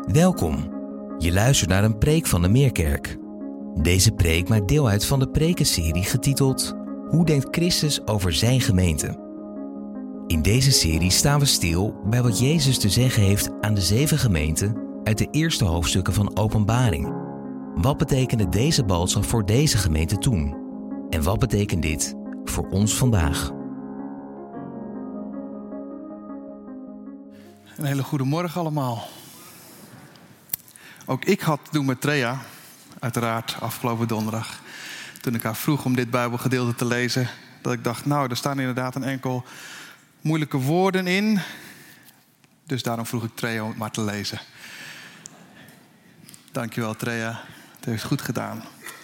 Welkom. Je luistert naar een preek van de Meerkerk. Deze preek maakt deel uit van de prekenserie getiteld Hoe denkt Christus over zijn gemeente? In deze serie staan we stil bij wat Jezus te zeggen heeft aan de 7 gemeenten uit de eerste hoofdstukken van Openbaring. Wat betekende deze boodschap voor deze gemeente toen? En wat betekent dit voor ons vandaag? Een hele goede morgen allemaal. Ook ik had toen met Trea, uiteraard afgelopen donderdag, toen ik haar vroeg om dit Bijbelgedeelte te lezen, dat ik dacht, er staan inderdaad een enkel moeilijke woorden in. Dus daarom vroeg ik Trea om het maar te lezen. Dankjewel Trea, het heeft goed gedaan.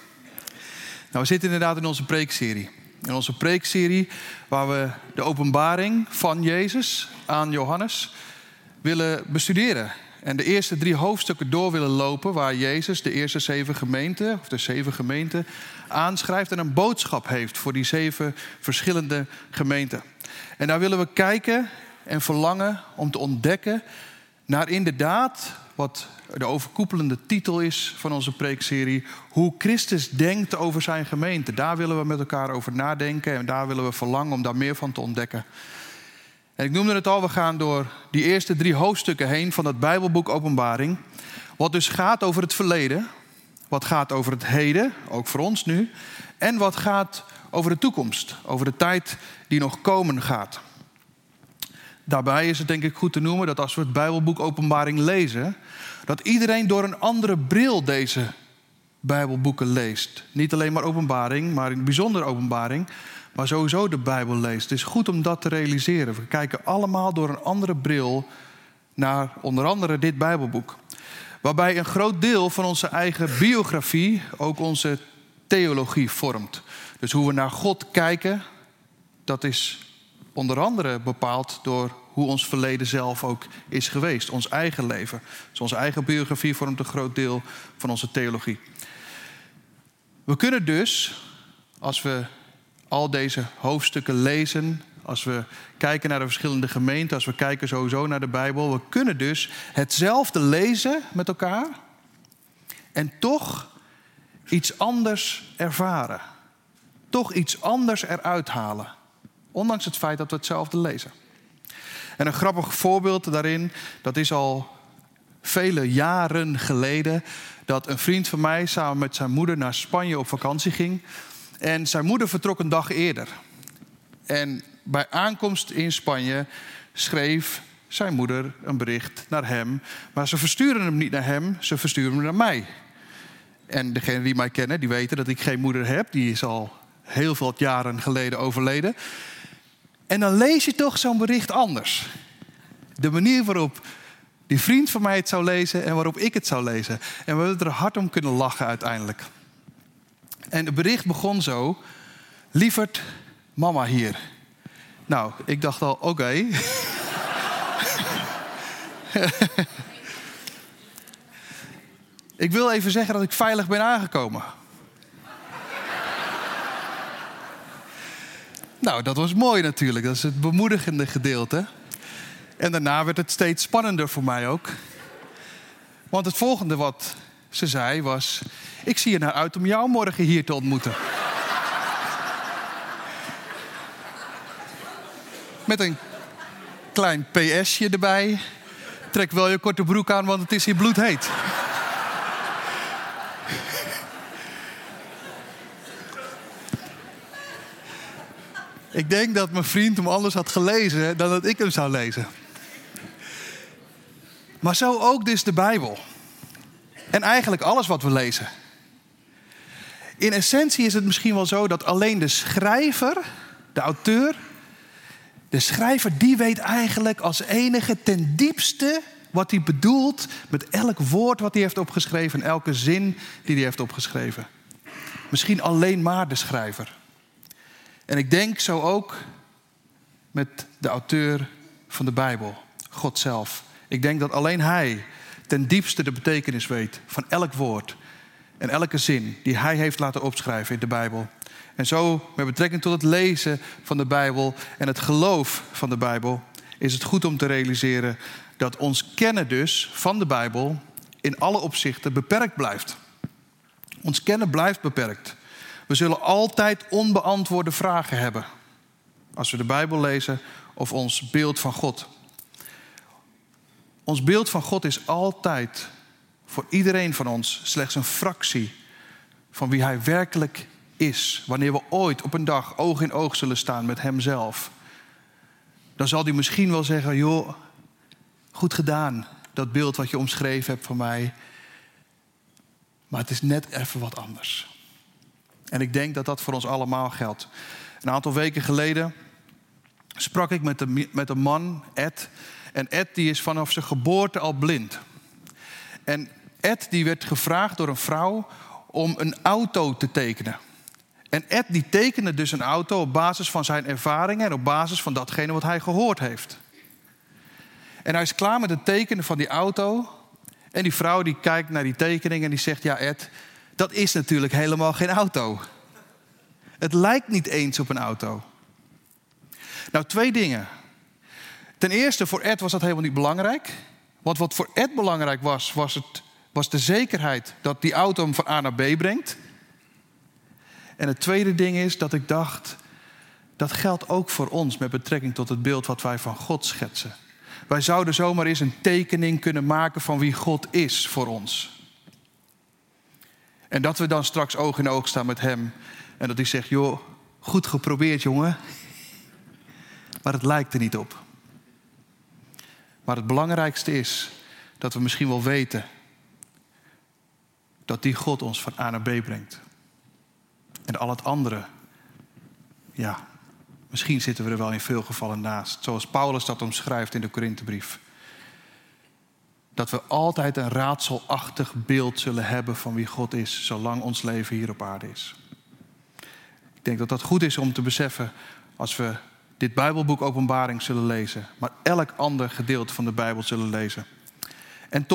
We zitten inderdaad in onze preekserie. In onze preekserie waar we de openbaring van Jezus aan Johannes willen bestuderen. En de eerste 3 hoofdstukken door willen lopen waar Jezus de eerste 7 gemeenten, of de 7 gemeenten, aanschrijft en een boodschap heeft voor die 7 verschillende gemeenten. En daar willen we kijken en verlangen om te ontdekken naar inderdaad wat de overkoepelende titel is van onze preekserie, hoe Christus denkt over zijn gemeente. Daar willen we met elkaar over nadenken en daar willen we verlangen om daar meer van te ontdekken. En ik noemde het al, we gaan door die eerste 3 hoofdstukken heen van het Bijbelboek Openbaring. Wat dus gaat over het verleden, wat gaat over het heden, ook voor ons nu. En wat gaat over de toekomst, over de tijd die nog komen gaat. Daarbij is het denk ik goed te noemen dat als we het Bijbelboek Openbaring lezen, dat iedereen door een andere bril deze Bijbelboeken leest. Niet alleen maar Openbaring, maar in het bijzonder Openbaring, maar sowieso de Bijbel leest. Het is goed om dat te realiseren. We kijken allemaal door een andere bril naar onder andere dit Bijbelboek. Waarbij een groot deel van onze eigen biografie ook onze theologie vormt. Dus hoe we naar God kijken, dat is onder andere bepaald door hoe ons verleden zelf ook is geweest. Ons eigen leven. Dus onze eigen biografie vormt een groot deel van onze theologie. We kunnen dus, als we al deze hoofdstukken lezen, als we kijken naar de verschillende gemeenten, als we kijken sowieso naar de Bijbel, we kunnen dus hetzelfde lezen met elkaar en toch iets anders ervaren. Toch iets anders eruit halen. Ondanks het feit dat we hetzelfde lezen. En een grappig voorbeeld daarin, dat is al vele jaren geleden, dat een vriend van mij samen met zijn moeder naar Spanje op vakantie ging. En zijn moeder vertrok een dag eerder. En bij aankomst in Spanje schreef zijn moeder een bericht naar hem. Maar ze versturen hem niet naar hem, ze versturen hem naar mij. En degenen die mij kennen, die weten dat ik geen moeder heb. Die is al heel veel jaren geleden overleden. En dan lees je toch zo'n bericht anders. De manier waarop die vriend van mij het zou lezen en waarop ik het zou lezen. En we hebben er hard om kunnen lachen uiteindelijk. En het bericht begon zo: lieverd, mama hier. Nou, ik dacht al, oké. Ik wil even zeggen dat ik veilig ben aangekomen. Nou, dat was mooi natuurlijk. Dat is het bemoedigende gedeelte. En daarna werd het steeds spannender voor mij ook. Want het volgende wat ze zei was: ik zie er naar uit om jou morgen hier te ontmoeten. Met een klein PS'je erbij. Trek wel je korte broek aan, want het is hier bloedheet. Ik denk dat mijn vriend hem anders had gelezen dan dat ik hem zou lezen. Maar zo ook dus de Bijbel. En eigenlijk alles wat we lezen. In essentie is het misschien wel zo dat alleen de schrijver, de auteur, de schrijver die weet eigenlijk als enige ten diepste wat hij bedoelt met elk woord wat hij heeft opgeschreven en elke zin die hij heeft opgeschreven. Misschien alleen maar de schrijver. En ik denk zo ook met de auteur van de Bijbel, God zelf. Ik denk dat alleen hij ten diepste de betekenis weet van elk woord en elke zin die hij heeft laten opschrijven in de Bijbel. En zo, met betrekking tot het lezen van de Bijbel en het geloof van de Bijbel, is het goed om te realiseren dat ons kennen dus van de Bijbel in alle opzichten beperkt blijft. Ons kennen blijft beperkt. We zullen altijd onbeantwoorde vragen hebben als we de Bijbel lezen of ons beeld van God. Ons beeld van God is altijd voor iedereen van ons slechts een fractie van wie hij werkelijk is. Wanneer we ooit op een dag oog in oog zullen staan met hemzelf, dan zal hij misschien wel zeggen, joh, goed gedaan, dat beeld wat je omschreven hebt van mij. Maar het is net even wat anders. En ik denk dat dat voor ons allemaal geldt. Een aantal weken geleden sprak ik met een man, Ed. En Ed die is vanaf zijn geboorte al blind. En Ed die werd gevraagd door een vrouw om een auto te tekenen. En Ed die tekende dus een auto op basis van zijn ervaringen en op basis van datgene wat hij gehoord heeft. En hij is klaar met het tekenen van die auto. En die vrouw die kijkt naar die tekening en die zegt, ja Ed, dat is natuurlijk helemaal geen auto. Het lijkt niet eens op een auto. Nou, 2 dingen. Ten eerste, voor Ed was dat helemaal niet belangrijk. Want wat voor Ed belangrijk was de zekerheid dat die auto hem van A naar B brengt. En het tweede ding is dat ik dacht, dat geldt ook voor ons met betrekking tot het beeld wat wij van God schetsen. Wij zouden zomaar eens een tekening kunnen maken van wie God is voor ons. En dat we dan straks oog in oog staan met hem. En dat hij zegt, joh, goed geprobeerd jongen. Maar het lijkt er niet op. Maar het belangrijkste is dat we misschien wel weten dat die God ons van A naar B brengt. En al het andere, ja, misschien zitten we er wel in veel gevallen naast. Zoals Paulus dat omschrijft in de Korinthebrief. Dat we altijd een raadselachtig beeld zullen hebben van wie God is, zolang ons leven hier op aarde is. Ik denk dat dat goed is om te beseffen als we dit Bijbelboek Openbaring zullen lezen, maar elk ander gedeelte van de Bijbel zullen lezen. En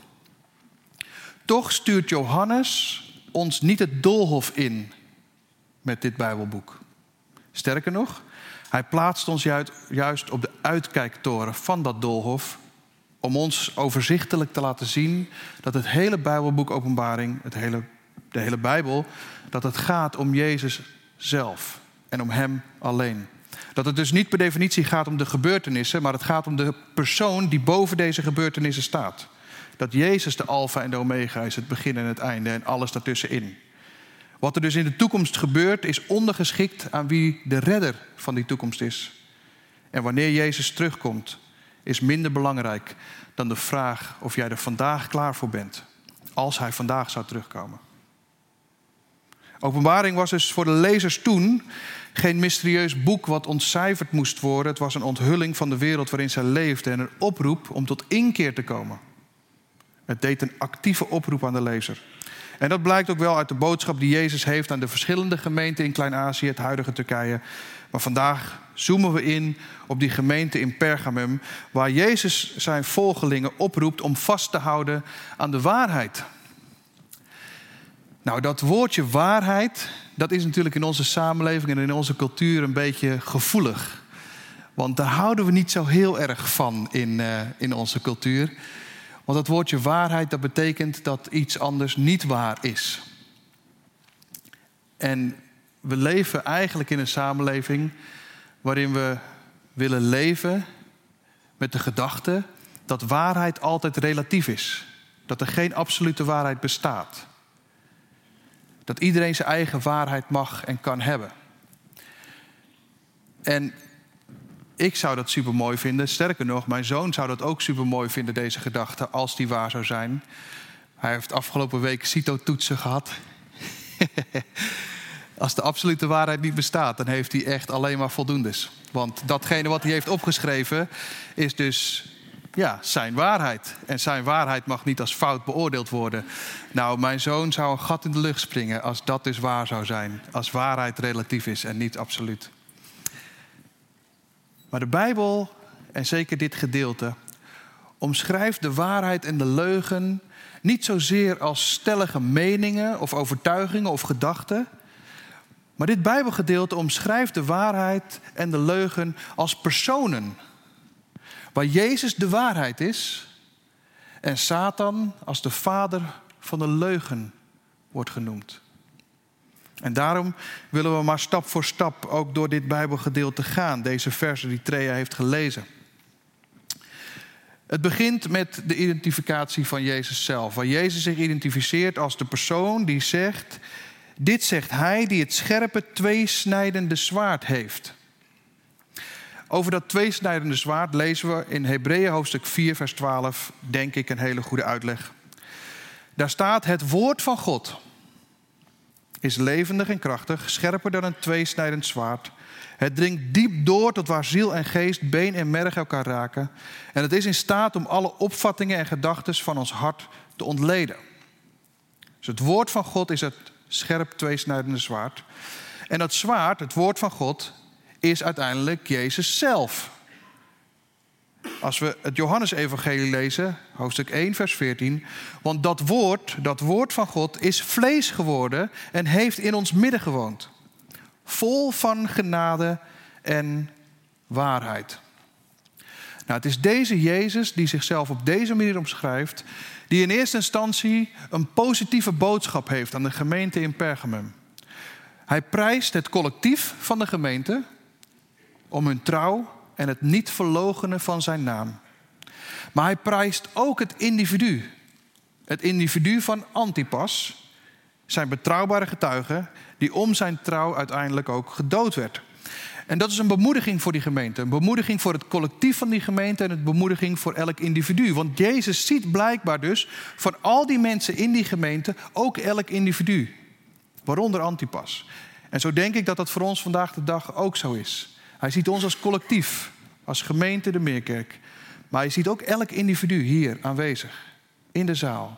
toch stuurt Johannes ons niet het doolhof in met dit Bijbelboek. Sterker nog, hij plaatst ons juist op de uitkijktoren van dat doolhof, om ons overzichtelijk te laten zien dat het hele Bijbelboek Openbaring, de hele Bijbel, dat het gaat om Jezus zelf en om hem alleen. Dat het dus niet per definitie gaat om de gebeurtenissen, maar het gaat om de persoon die boven deze gebeurtenissen staat. Dat Jezus de alfa en de omega is, het begin en het einde en alles daartussenin. Wat er dus in de toekomst gebeurt is ondergeschikt aan wie de redder van die toekomst is. En wanneer Jezus terugkomt, is minder belangrijk dan de vraag of jij er vandaag klaar voor bent. Als hij vandaag zou terugkomen. Openbaring was dus voor de lezers toen geen mysterieus boek wat ontcijferd moest worden. Het was een onthulling van de wereld waarin zij leefden en een oproep om tot inkeer te komen. Het deed een actieve oproep aan de lezer. En dat blijkt ook wel uit de boodschap die Jezus heeft aan de verschillende gemeenten in Klein-Azië, het huidige Turkije. Maar vandaag zoomen we in op die gemeente in Pergamum, waar Jezus zijn volgelingen oproept om vast te houden aan de waarheid. Nou, dat woordje waarheid, dat is natuurlijk in onze samenleving en in onze cultuur een beetje gevoelig. Want daar houden we niet zo heel erg van in onze cultuur. Want dat woordje waarheid, dat betekent dat iets anders niet waar is. En we leven eigenlijk in een samenleving waarin we willen leven met de gedachte dat waarheid altijd relatief is. Dat er geen absolute waarheid bestaat. Dat iedereen zijn eigen waarheid mag en kan hebben. En ik zou dat supermooi vinden. Sterker nog, mijn zoon zou dat ook supermooi vinden, deze gedachte, als die waar zou zijn. Hij heeft afgelopen week CITO-toetsen gehad. Als de absolute waarheid niet bestaat, dan heeft hij echt alleen maar voldoendes. Want datgene wat hij heeft opgeschreven is dus zijn waarheid. En zijn waarheid mag niet als fout beoordeeld worden. Nou, mijn zoon zou een gat in de lucht springen als dat dus waar zou zijn. Als waarheid relatief is en niet absoluut. Maar de Bijbel, en zeker dit gedeelte, omschrijft de waarheid en de leugen niet zozeer als stellige meningen of overtuigingen of gedachten. Maar dit Bijbelgedeelte omschrijft de waarheid en de leugen als personen. Waar Jezus de waarheid is En Satan als de vader van de leugen wordt genoemd. En daarom willen we maar stap voor stap ook door dit Bijbelgedeelte gaan. Deze versen die Trea heeft gelezen. Het begint met de identificatie van Jezus zelf. Waar Jezus zich identificeert als de persoon die zegt... Dit zegt hij die het scherpe tweesnijdende zwaard heeft. Over dat tweesnijdende zwaard lezen we in Hebreeën hoofdstuk 4 vers 12... denk ik een hele goede uitleg. Daar staat: het woord van God is levendig en krachtig, scherper dan een tweesnijdend zwaard. Het dringt diep door tot waar ziel en geest, been en merg elkaar raken. En het is in staat om alle opvattingen en gedachten van ons hart te ontleden. Dus het woord van God is het scherp tweesnijdende zwaard. En dat zwaard, het woord van God, is uiteindelijk Jezus zelf. Als we het Johannesevangelie lezen, hoofdstuk 1, vers 14... want dat woord van God is vlees geworden en heeft in ons midden gewoond. Vol van genade en waarheid. Nou, het is deze Jezus die zichzelf op deze manier omschrijft... die in eerste instantie een positieve boodschap heeft aan de gemeente in Pergamum. Hij prijst het collectief van de gemeente om hun trouw en het niet verloochenen van zijn naam. Maar hij prijst ook het individu. Het individu van Antipas, zijn betrouwbare getuige, die om zijn trouw uiteindelijk ook gedood werd. En dat is een bemoediging voor die gemeente. Een bemoediging voor het collectief van die gemeente en een bemoediging voor elk individu. Want Jezus ziet blijkbaar dus van al die mensen in die gemeente ook elk individu. Waaronder Antipas. En zo denk ik dat dat voor ons vandaag de dag ook zo is. Hij ziet ons als collectief, als gemeente de Meerkerk. Maar hij ziet ook elk individu hier aanwezig, in de zaal.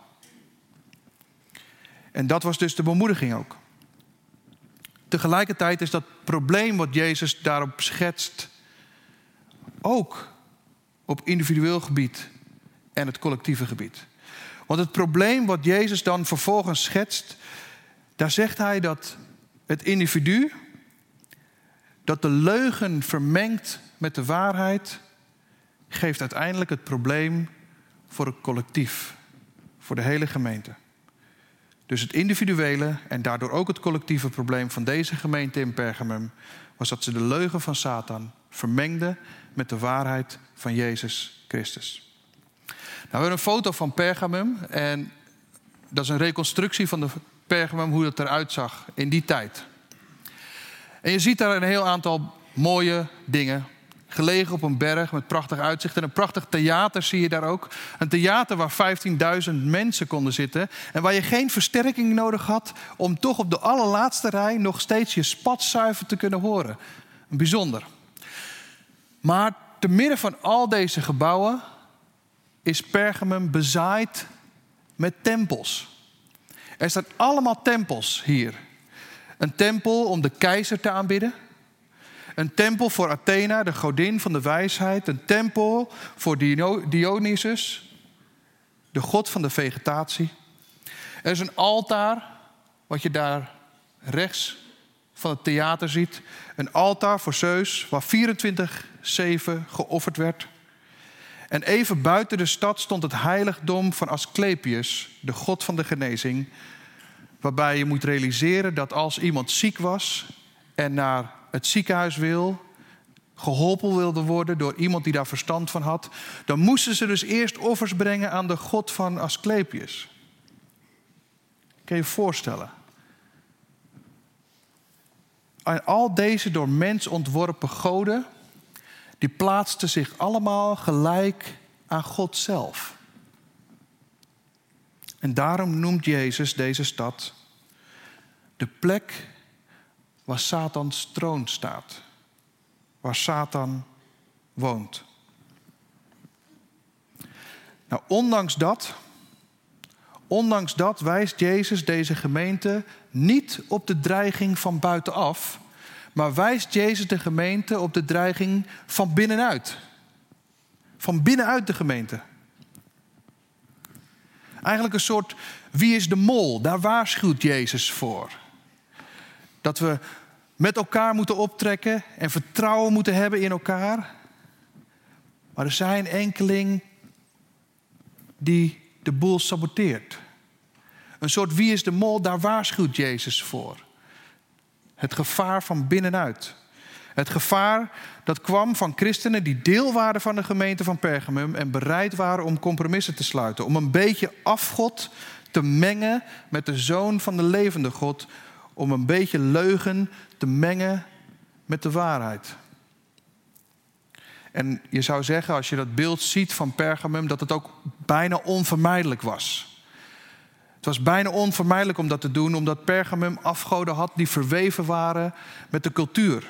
En dat was dus de bemoediging ook. Tegelijkertijd is dat probleem wat Jezus daarop schetst ook op individueel gebied en het collectieve gebied. Want het probleem wat Jezus dan vervolgens schetst, daar zegt hij dat het individu, dat de leugen vermengt met de waarheid, geeft uiteindelijk het probleem voor het collectief, voor de hele gemeente. Dus het individuele en daardoor ook het collectieve probleem van deze gemeente in Pergamum was dat ze de leugen van Satan vermengden met de waarheid van Jezus Christus. Nou, we hebben een foto van Pergamum en dat is een reconstructie van de Pergamum, hoe het eruit zag in die tijd. En je ziet daar een heel aantal mooie dingen. Gelegen op een berg met prachtig uitzicht. En een prachtig theater zie je daar ook. Een theater waar 15.000 mensen konden zitten. En waar je geen versterking nodig had om toch op de allerlaatste rij nog steeds je spatzuiver te kunnen horen. Bijzonder. Maar te midden van al deze gebouwen is Pergamum bezaaid met tempels. Er staan allemaal tempels hier. Een tempel om de keizer te aanbidden. Een tempel voor Athena, de godin van de wijsheid. Een tempel voor Dionysus, de god van de vegetatie. Er is een altaar, wat je daar rechts van het theater ziet. Een altaar voor Zeus, waar 24/7 geofferd werd. En even buiten de stad stond het heiligdom van Asclepius, de god van de genezing. Waarbij je moet realiseren dat als iemand ziek was en naar het ziekenhuis geholpen wilde worden door iemand die daar verstand van had, dan moesten ze dus eerst offers brengen aan de god van Asclepius. Kun je je voorstellen? En al deze door mens ontworpen goden, die plaatsten zich allemaal gelijk aan God zelf. En daarom noemt Jezus deze stad de plek waar Satans troon staat. Waar Satan woont. Nou, ondanks dat wijst Jezus deze gemeente niet op de dreiging van buitenaf, maar wijst Jezus de gemeente op de dreiging van binnenuit. Van binnenuit de gemeente. Eigenlijk een soort wie is de mol? Daar waarschuwt Jezus voor. Dat we met elkaar moeten optrekken en vertrouwen moeten hebben in elkaar. Maar er zijn enkeling die de boel saboteert. Een soort wie is de mol, daar waarschuwt Jezus voor. Het gevaar van binnenuit. Het gevaar dat kwam van christenen die deel waren van de gemeente van Pergamum en bereid waren om compromissen te sluiten. Om een beetje afgod te mengen met de Zoon van de levende God. Om een beetje leugen te mengen met de waarheid. En je zou zeggen, als je dat beeld ziet van Pergamum, dat het ook bijna onvermijdelijk was. Het was bijna onvermijdelijk om dat te doen, omdat Pergamum afgoden had die verweven waren met de cultuur.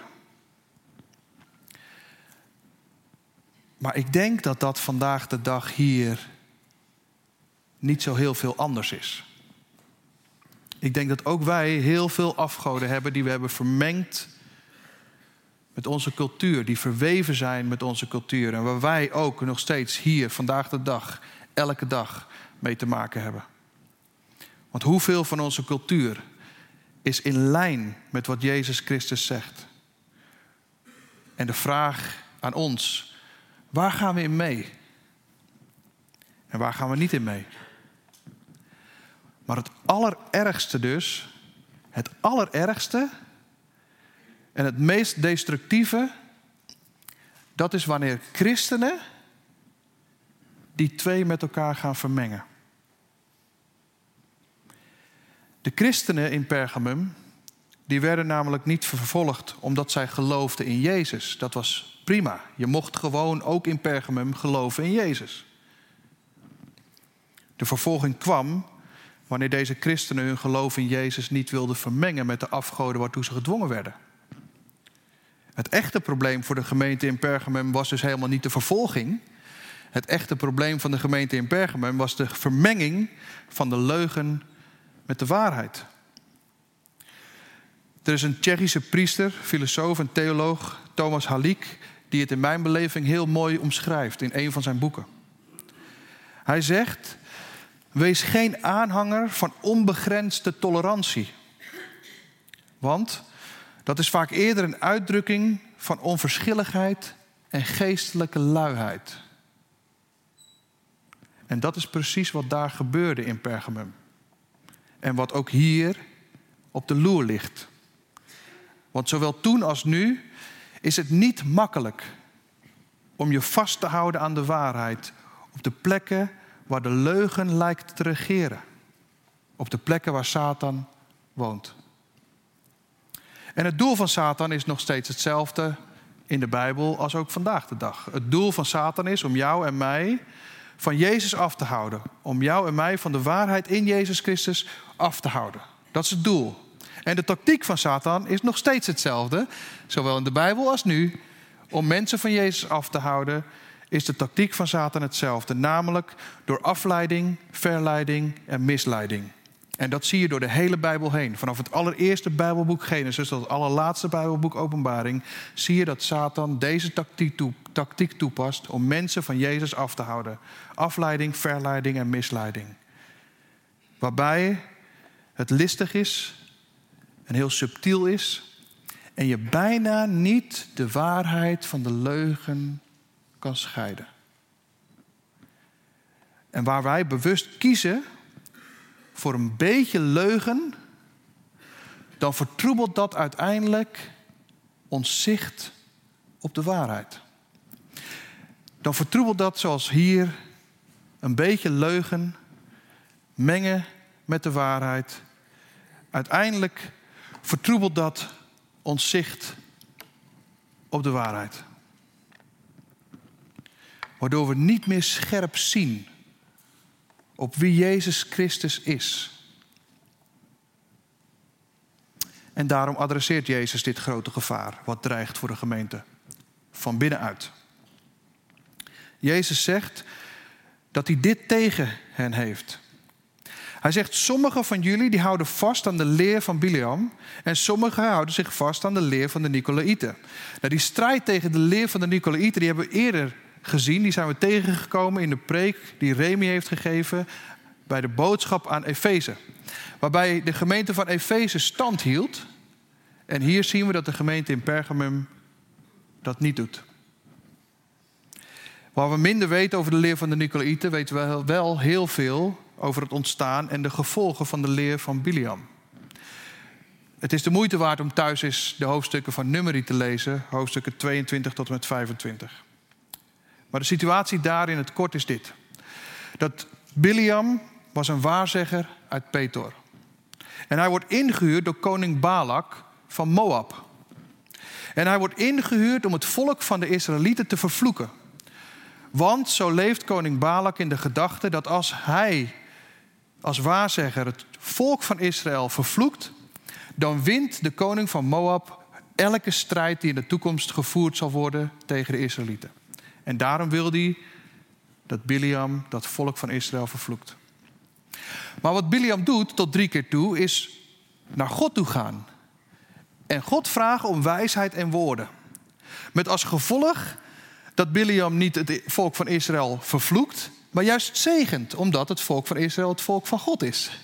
Maar ik denk dat dat vandaag de dag hier niet zo heel veel anders is. Ik denk dat ook wij heel veel afgoden hebben die we hebben vermengd met onze cultuur. Die verweven zijn met onze cultuur. En waar wij ook nog steeds hier, vandaag de dag, elke dag mee te maken hebben. Want hoeveel van onze cultuur is in lijn met wat Jezus Christus zegt? En de vraag aan ons, waar gaan we in mee? En waar gaan we niet in mee? Maar het allerergste dus, het allerergste en het meest destructieve, dat is wanneer christenen die twee met elkaar gaan vermengen. De christenen in Pergamum, die werden namelijk niet vervolgd omdat zij geloofden in Jezus. Dat was prima. Je mocht gewoon ook in Pergamum geloven in Jezus. De vervolging kwam wanneer deze christenen hun geloof in Jezus niet wilden vermengen met de afgoden waartoe ze gedwongen werden. Het echte probleem voor de gemeente in Pergamum was dus helemaal niet de vervolging. Het echte probleem van de gemeente in Pergamum was de vermenging van de leugen met de waarheid. Er is een Tsjechische priester, filosoof en theoloog, Thomas Halik, die het in mijn beleving heel mooi omschrijft in een van zijn boeken. Hij zegt: wees geen aanhanger van onbegrensde tolerantie. Want dat is vaak eerder een uitdrukking van onverschilligheid en geestelijke luiheid. En dat is precies wat daar gebeurde in Pergamum. En wat ook hier op de loer ligt. Want zowel toen als nu is het niet makkelijk om je vast te houden aan de waarheid op de plekken waar de leugen lijkt te regeren. Op de plekken waar Satan woont. En het doel van Satan is nog steeds hetzelfde in de Bijbel als ook vandaag de dag. Het doel van Satan is om jou en mij van Jezus af te houden. Om jou en mij van de waarheid in Jezus Christus af te houden. Dat is het doel. En de tactiek van Satan is nog steeds hetzelfde. Zowel in de Bijbel als nu. Om mensen van Jezus af te houden is de tactiek van Satan hetzelfde. Namelijk door afleiding, verleiding en misleiding. En dat zie je door de hele Bijbel heen. Vanaf het allereerste Bijbelboek Genesis tot het allerlaatste Bijbelboek Openbaring zie je dat Satan deze tactiek toepast om mensen van Jezus af te houden. Afleiding, verleiding en misleiding. Waarbij het listig is en heel subtiel is en je bijna niet de waarheid van de leugen kan scheiden. En waar wij bewust kiezen voor een beetje leugen, dan vertroebelt dat uiteindelijk ons zicht op de waarheid. Dan vertroebelt dat, zoals hier, een beetje leugen mengen met de waarheid. Uiteindelijk vertroebelt dat ons zicht op de waarheid. Waardoor we niet meer scherp zien op wie Jezus Christus is. En daarom adresseert Jezus dit grote gevaar wat dreigt voor de gemeente van binnenuit. Jezus zegt dat hij dit tegen hen heeft. Hij zegt: sommigen van jullie die houden vast aan de leer van Biliam en sommigen houden zich vast aan de leer van de Nicolaïten. Nou, die strijd tegen de leer van de Nicolaïten die hebben we eerder gezien. Die zijn we tegengekomen in de preek die Remi heeft gegeven bij de boodschap aan Efeze. Waarbij de gemeente van Efeze stand hield. En hier zien we dat de gemeente in Pergamum dat niet doet. Waar we minder weten over de leer van de Nicolaïten, weten we wel heel veel over het ontstaan en de gevolgen van de leer van Biliam. Het is de moeite waard om thuis eens de hoofdstukken van Numeri te lezen, hoofdstukken 22 tot en met 25. Maar de situatie daar in het kort is dit. Dat Biliam was een waarzegger uit Petor. En hij wordt ingehuurd door koning Balak van Moab. En hij wordt ingehuurd om het volk van de Israëlieten te vervloeken. Want zo leeft koning Balak in de gedachte dat als hij als waarzegger het volk van Israël vervloekt, dan wint de koning van Moab elke strijd die in de toekomst gevoerd zal worden tegen de Israëlieten. En daarom wil hij dat Biliam dat volk van Israël vervloekt. Maar wat Biliam doet tot 3 keer toe is naar God toe gaan. En God vragen om wijsheid en woorden. Met als gevolg dat Biliam niet het volk van Israël vervloekt, maar juist zegent, omdat het volk van Israël het volk van God is.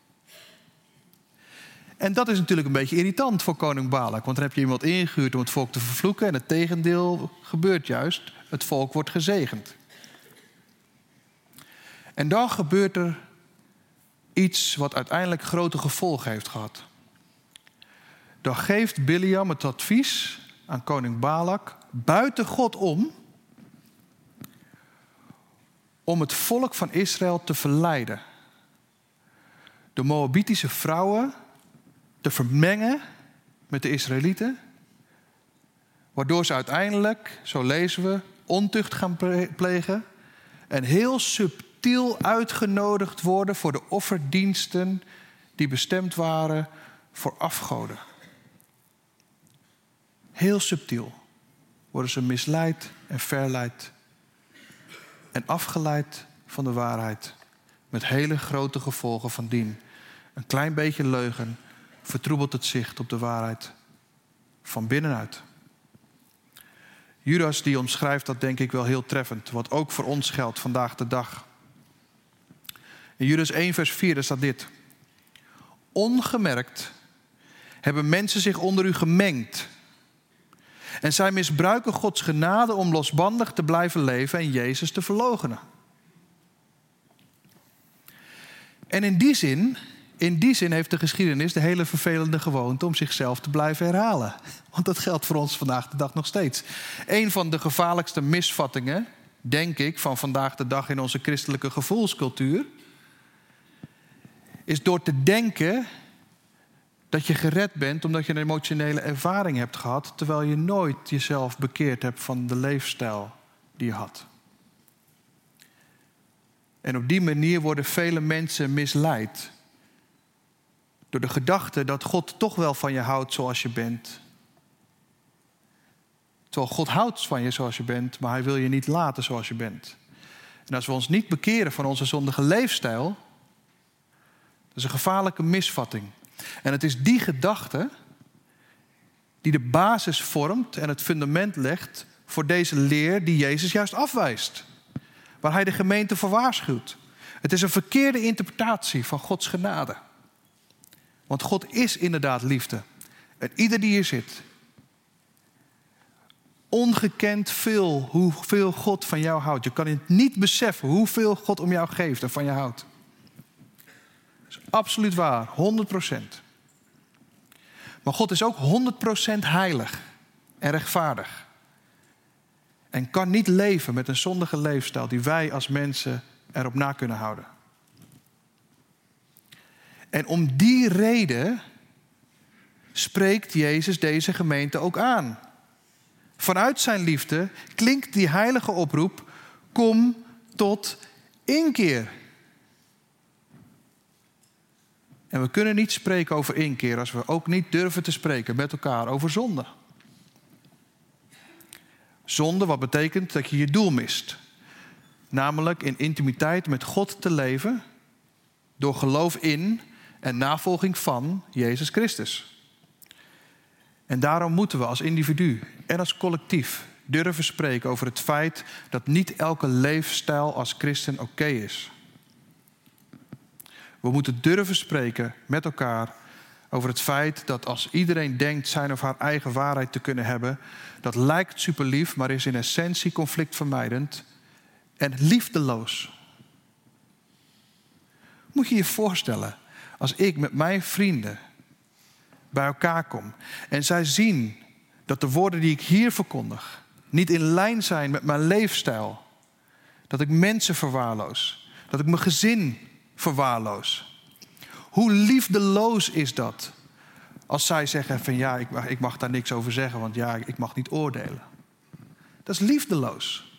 En dat is natuurlijk een beetje irritant voor koning Balak. Want dan heb je iemand ingehuurd om het volk te vervloeken. En het tegendeel gebeurt juist. Het volk wordt gezegend. En dan gebeurt er iets wat uiteindelijk grote gevolgen heeft gehad. Dan geeft Biliam het advies aan koning Balak buiten God om het volk van Israël te verleiden. De Moabitische vrouwen te vermengen met de Israëlieten. Waardoor ze uiteindelijk, zo lezen we, ontucht gaan plegen. En heel subtiel uitgenodigd worden voor de offerdiensten die bestemd waren voor afgoden. Heel subtiel worden ze misleid en verleid. En afgeleid van de waarheid. Met hele grote gevolgen van dien. Een klein beetje leugen vertroebelt het zicht op de waarheid van binnenuit. Judas die omschrijft dat denk ik wel heel treffend. Wat ook voor ons geldt vandaag de dag. In Judas 1 vers 4 daar staat dit. Ongemerkt hebben mensen zich onder u gemengd. En zij misbruiken Gods genade om losbandig te blijven leven en Jezus te verloochenen. En in die zin heeft de geschiedenis de hele vervelende gewoonte om zichzelf te blijven herhalen. Want dat geldt voor ons vandaag de dag nog steeds. Een van de gevaarlijkste misvattingen, denk ik, van vandaag de dag in onze christelijke gevoelscultuur, is door te denken dat je gered bent omdat je een emotionele ervaring hebt gehad, terwijl je nooit jezelf bekeerd hebt van de leefstijl die je had. En op die manier worden vele mensen misleid. Door de gedachte dat God toch wel van je houdt zoals je bent. Terwijl God houdt van je zoals je bent, maar hij wil je niet laten zoals je bent. En als we ons niet bekeren van onze zondige leefstijl, dat is een gevaarlijke misvatting. En het is die gedachte die de basis vormt en het fundament legt voor deze leer die Jezus juist afwijst. Waar hij de gemeente voor waarschuwt. Het is een verkeerde interpretatie van Gods genade. Want God is inderdaad liefde. En ieder die hier zit. Ongekend veel hoeveel God van jou houdt. Je kan het niet beseffen hoeveel God om jou geeft en van je houdt. Dat is absoluut waar, 100%. Maar God is ook 100% heilig en rechtvaardig. En kan niet leven met een zondige leefstijl die wij als mensen erop na kunnen houden. En om die reden spreekt Jezus deze gemeente ook aan. Vanuit zijn liefde klinkt die heilige oproep: kom tot inkeer. En we kunnen niet spreken over inkeer als we ook niet durven te spreken met elkaar over zonde. Zonde, wat betekent dat je je doel mist. Namelijk in intimiteit met God te leven door geloof in en navolging van Jezus Christus. En daarom moeten we als individu en als collectief durven spreken over het feit dat niet elke leefstijl als christen oké is. We moeten durven spreken met elkaar over het feit dat als iedereen denkt zijn of haar eigen waarheid te kunnen hebben, dat lijkt super lief, maar is in essentie conflictvermijdend en liefdeloos. Moet je je voorstellen, als ik met mijn vrienden bij elkaar kom en zij zien dat de woorden die ik hier verkondig niet in lijn zijn met mijn leefstijl. Dat ik mensen verwaarloos. Dat ik mijn gezin verwaarloos. Hoe liefdeloos is dat? Als zij zeggen van ja, ik mag daar niks over zeggen, want ja, ik mag niet oordelen. Dat is liefdeloos.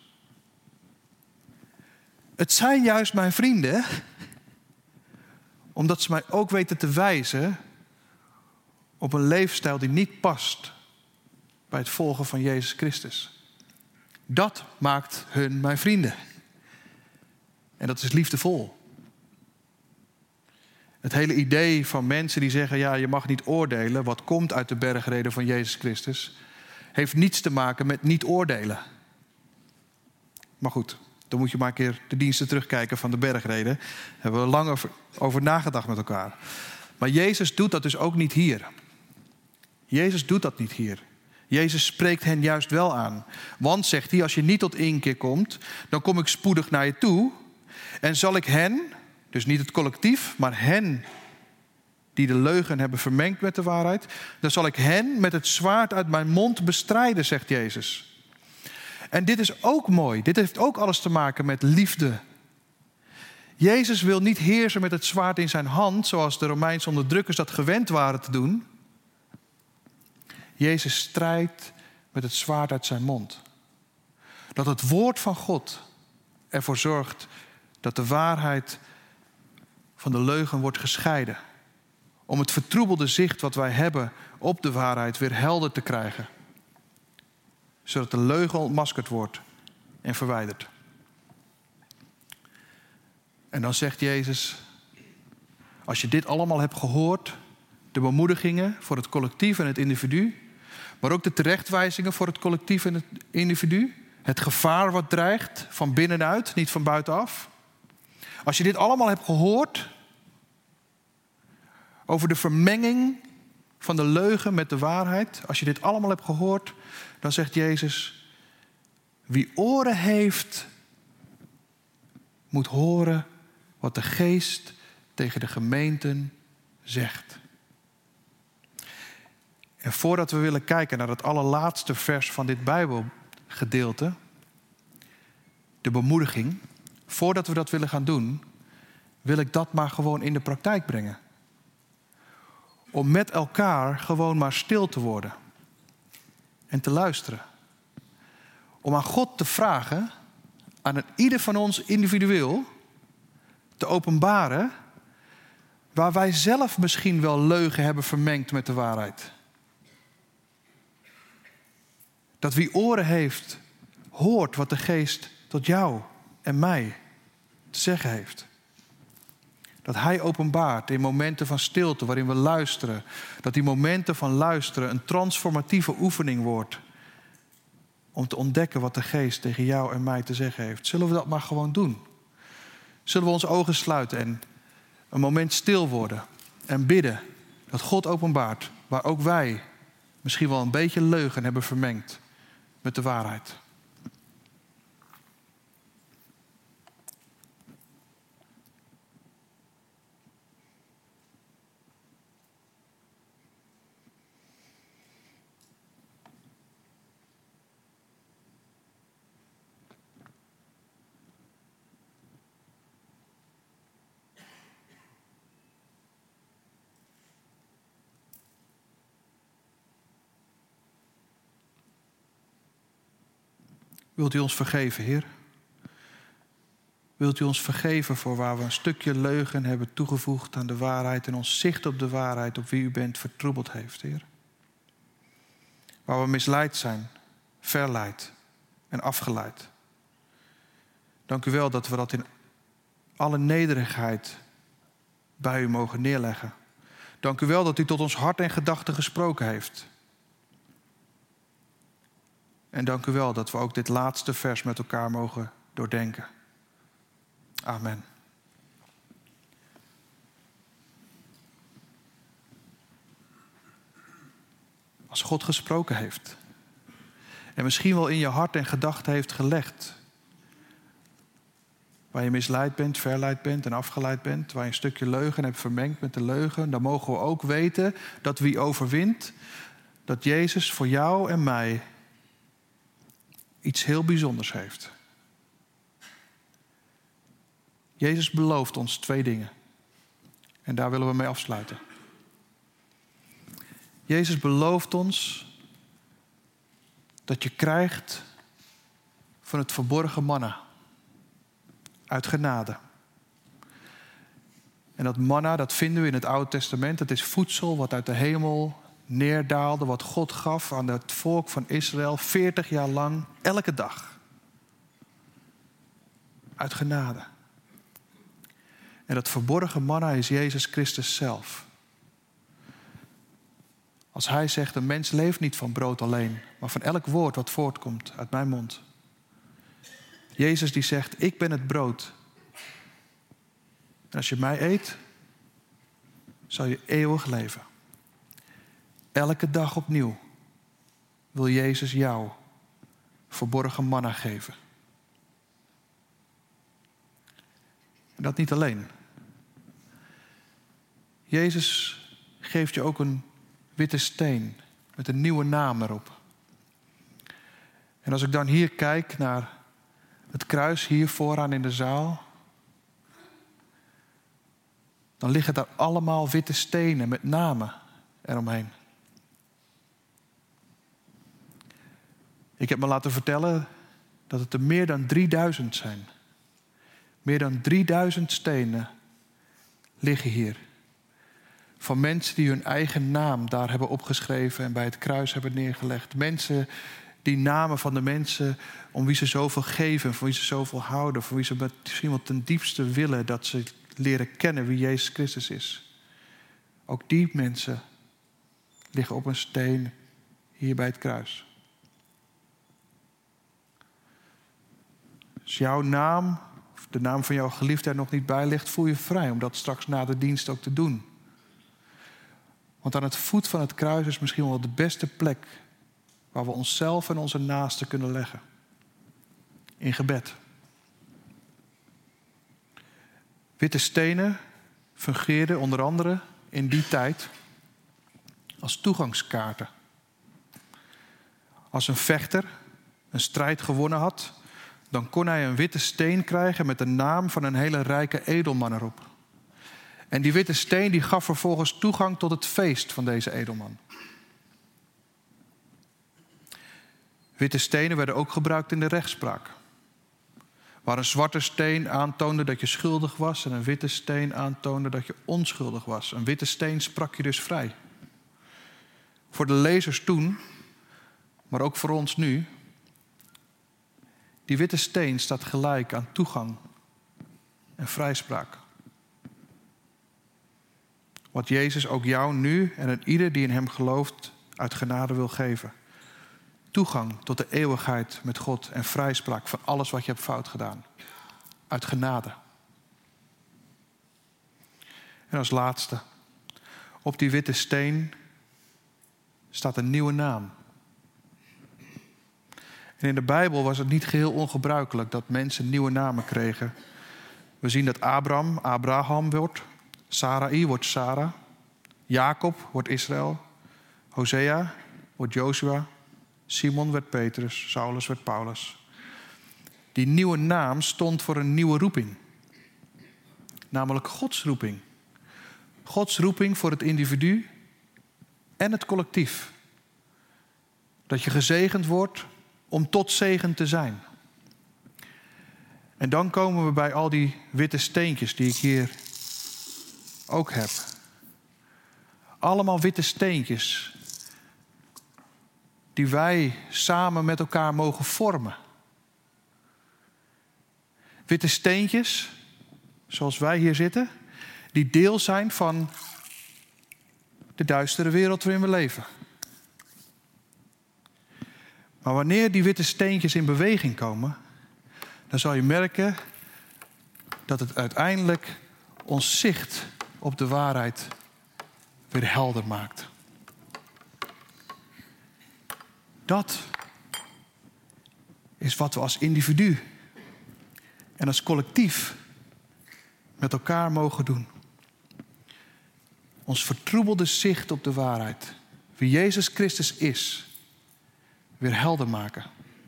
Het zijn juist mijn vrienden, omdat ze mij ook weten te wijzen op een leefstijl die niet past bij het volgen van Jezus Christus. Dat maakt hun mijn vrienden. En dat is liefdevol. Het hele idee van mensen die zeggen, ja, je mag niet oordelen, wat komt uit de bergreden van Jezus Christus, heeft niets te maken met niet oordelen. Maar goed, dan moet je maar een keer de diensten terugkijken van de bergreden. Daar hebben we lang over nagedacht met elkaar. Maar Jezus doet dat dus ook niet hier. Jezus doet dat niet hier. Jezus spreekt hen juist wel aan. Want, zegt hij, als je niet tot inkeer komt, dan kom ik spoedig naar je toe. En zal ik hen, dus niet het collectief, maar hen die de leugen hebben vermengd met de waarheid, dan zal ik hen met het zwaard uit mijn mond bestrijden, zegt Jezus. En dit is ook mooi. Dit heeft ook alles te maken met liefde. Jezus wil niet heersen met het zwaard in zijn hand, zoals de Romeinse onderdrukkers dat gewend waren te doen. Jezus strijdt met het zwaard uit zijn mond. Dat het woord van God ervoor zorgt dat de waarheid van de leugen wordt gescheiden. Om het vertroebelde zicht wat wij hebben op de waarheid weer helder te krijgen. Zodat de leugen ontmaskerd wordt en verwijderd. En dan zegt Jezus, als je dit allemaal hebt gehoord, de bemoedigingen voor het collectief en het individu, maar ook de terechtwijzingen voor het collectief en het individu, het gevaar wat dreigt van binnenuit, niet van buitenaf. Als je dit allemaal hebt gehoord over de vermenging van de leugen met de waarheid, als je dit allemaal hebt gehoord, dan zegt Jezus, wie oren heeft, moet horen wat de Geest tegen de gemeenten zegt. En voordat we willen kijken naar het allerlaatste vers van dit Bijbelgedeelte, de bemoediging, voordat we dat willen gaan doen, wil ik dat maar gewoon in de praktijk brengen. Om met elkaar gewoon maar stil te worden en te luisteren. Om aan God te vragen, aan ieder van ons individueel, te openbaren waar wij zelf misschien wel leugen hebben vermengd met de waarheid. Dat wie oren heeft, hoort wat de Geest tot jou en mij te zeggen heeft. Dat Hij openbaart in momenten van stilte waarin we luisteren. Dat die momenten van luisteren een transformatieve oefening wordt. Om te ontdekken wat de Geest tegen jou en mij te zeggen heeft. Zullen we dat maar gewoon doen? Zullen we onze ogen sluiten en een moment stil worden. En bidden dat God openbaart waar ook wij misschien wel een beetje leugen hebben vermengd met de waarheid. Wilt u ons vergeven, Heer? Wilt u ons vergeven voor waar we een stukje leugen hebben toegevoegd aan de waarheid en ons zicht op de waarheid, op wie u bent, vertroebeld heeft, Heer? Waar we misleid zijn, verleid en afgeleid. Dank u wel dat we dat in alle nederigheid bij u mogen neerleggen. Dank u wel dat u tot ons hart en gedachten gesproken heeft. En dank u wel dat we ook dit laatste vers met elkaar mogen doordenken. Amen. Als God gesproken heeft en misschien wel in je hart en gedachten heeft gelegd waar je misleid bent, verleid bent en afgeleid bent, waar je een stukje leugen hebt vermengd met de leugen, dan mogen we ook weten dat wie overwint, dat Jezus voor jou en mij iets heel bijzonders heeft. Jezus belooft ons 2 dingen. En daar willen we mee afsluiten. Jezus belooft ons dat je krijgt van het verborgen manna. Uit genade. En dat manna, dat vinden we in het Oude Testament. Het is voedsel wat uit de hemel neerdaalde. Wat God gaf aan het volk van Israël 40 jaar lang, elke dag. Uit genade. En dat verborgen manna is Jezus Christus zelf. Als hij zegt, een mens leeft niet van brood alleen, maar van elk woord wat voortkomt uit mijn mond. Jezus die zegt, ik ben het brood. En als je mij eet, zal je eeuwig leven. Elke dag opnieuw wil Jezus jou verborgen manna geven. En dat niet alleen. Jezus geeft je ook een witte steen met een nieuwe naam erop. En als ik dan hier kijk naar het kruis hier vooraan in de zaal, dan liggen daar allemaal witte stenen met namen eromheen. Ik heb me laten vertellen dat het er meer dan 3000 zijn. Meer dan 3000 stenen liggen hier. Van mensen die hun eigen naam daar hebben opgeschreven en bij het kruis hebben neergelegd. Mensen die namen van de mensen om wie ze zoveel geven, van wie ze zoveel houden, van wie ze misschien wel ten diepste willen dat ze leren kennen wie Jezus Christus is. Ook die mensen liggen op een steen hier bij het kruis. Als jouw naam, of de naam van jouw geliefde er nog niet bij ligt, voel je vrij om dat straks na de dienst ook te doen. Want aan het voet van het kruis is misschien wel de beste plek waar we onszelf en onze naasten kunnen leggen. In gebed. Witte stenen fungeerden onder andere in die tijd als toegangskaarten. Als een vechter een strijd gewonnen had, dan kon hij een witte steen krijgen met de naam van een hele rijke edelman erop. En die witte steen die gaf vervolgens toegang tot het feest van deze edelman. Witte stenen werden ook gebruikt in de rechtspraak. Waar een zwarte steen aantoonde dat je schuldig was en een witte steen aantoonde dat je onschuldig was. Een witte steen sprak je dus vrij. Voor de lezers toen, maar ook voor ons nu. Die witte steen staat gelijk aan toegang en vrijspraak. Wat Jezus ook jou nu en aan ieder die in hem gelooft uit genade wil geven. Toegang tot de eeuwigheid met God en vrijspraak van alles wat je hebt fout gedaan. Uit genade. En als laatste, op die witte steen staat een nieuwe naam. En in de Bijbel was het niet geheel ongebruikelijk dat mensen nieuwe namen kregen. We zien dat Abraham wordt, Sarai wordt Sarah, Jacob wordt Israël, Hosea wordt Joshua, Simon werd Petrus, Saulus werd Paulus. Die nieuwe naam stond voor een nieuwe roeping. Namelijk Gods roeping. Gods roeping voor het individu en het collectief. Dat je gezegend wordt om tot zegen te zijn. En dan komen we bij al die witte steentjes die ik hier ook heb. Allemaal witte steentjes die wij samen met elkaar mogen vormen. Witte steentjes, zoals wij hier zitten, die deel zijn van de duistere wereld waarin we leven. Maar wanneer die witte steentjes in beweging komen, dan zal je merken dat het uiteindelijk ons zicht op de waarheid weer helder maakt. Dat is wat we als individu en als collectief met elkaar mogen doen. Ons vertroebelde zicht op de waarheid, wie Jezus Christus is, weer helder maken.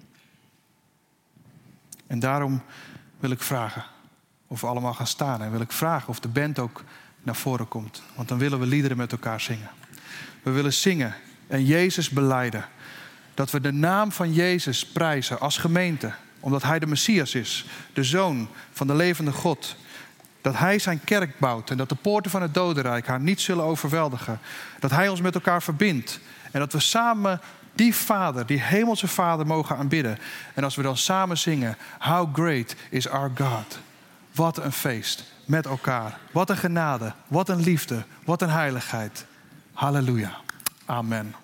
En daarom wil ik vragen of we allemaal gaan staan. En wil ik vragen of de band ook naar voren komt. Want dan willen we liederen met elkaar zingen. We willen zingen en Jezus belijden. Dat we de naam van Jezus prijzen als gemeente. Omdat Hij de Messias is. De Zoon van de levende God. Dat Hij zijn kerk bouwt. En dat de poorten van het dodenrijk haar niet zullen overweldigen. Dat Hij ons met elkaar verbindt. En dat we samen die Vader, die hemelse Vader mogen aanbidden. En als we dan samen zingen. How great is our God. Wat een feest met elkaar. Wat een genade. Wat een liefde. Wat een heiligheid. Halleluja. Amen.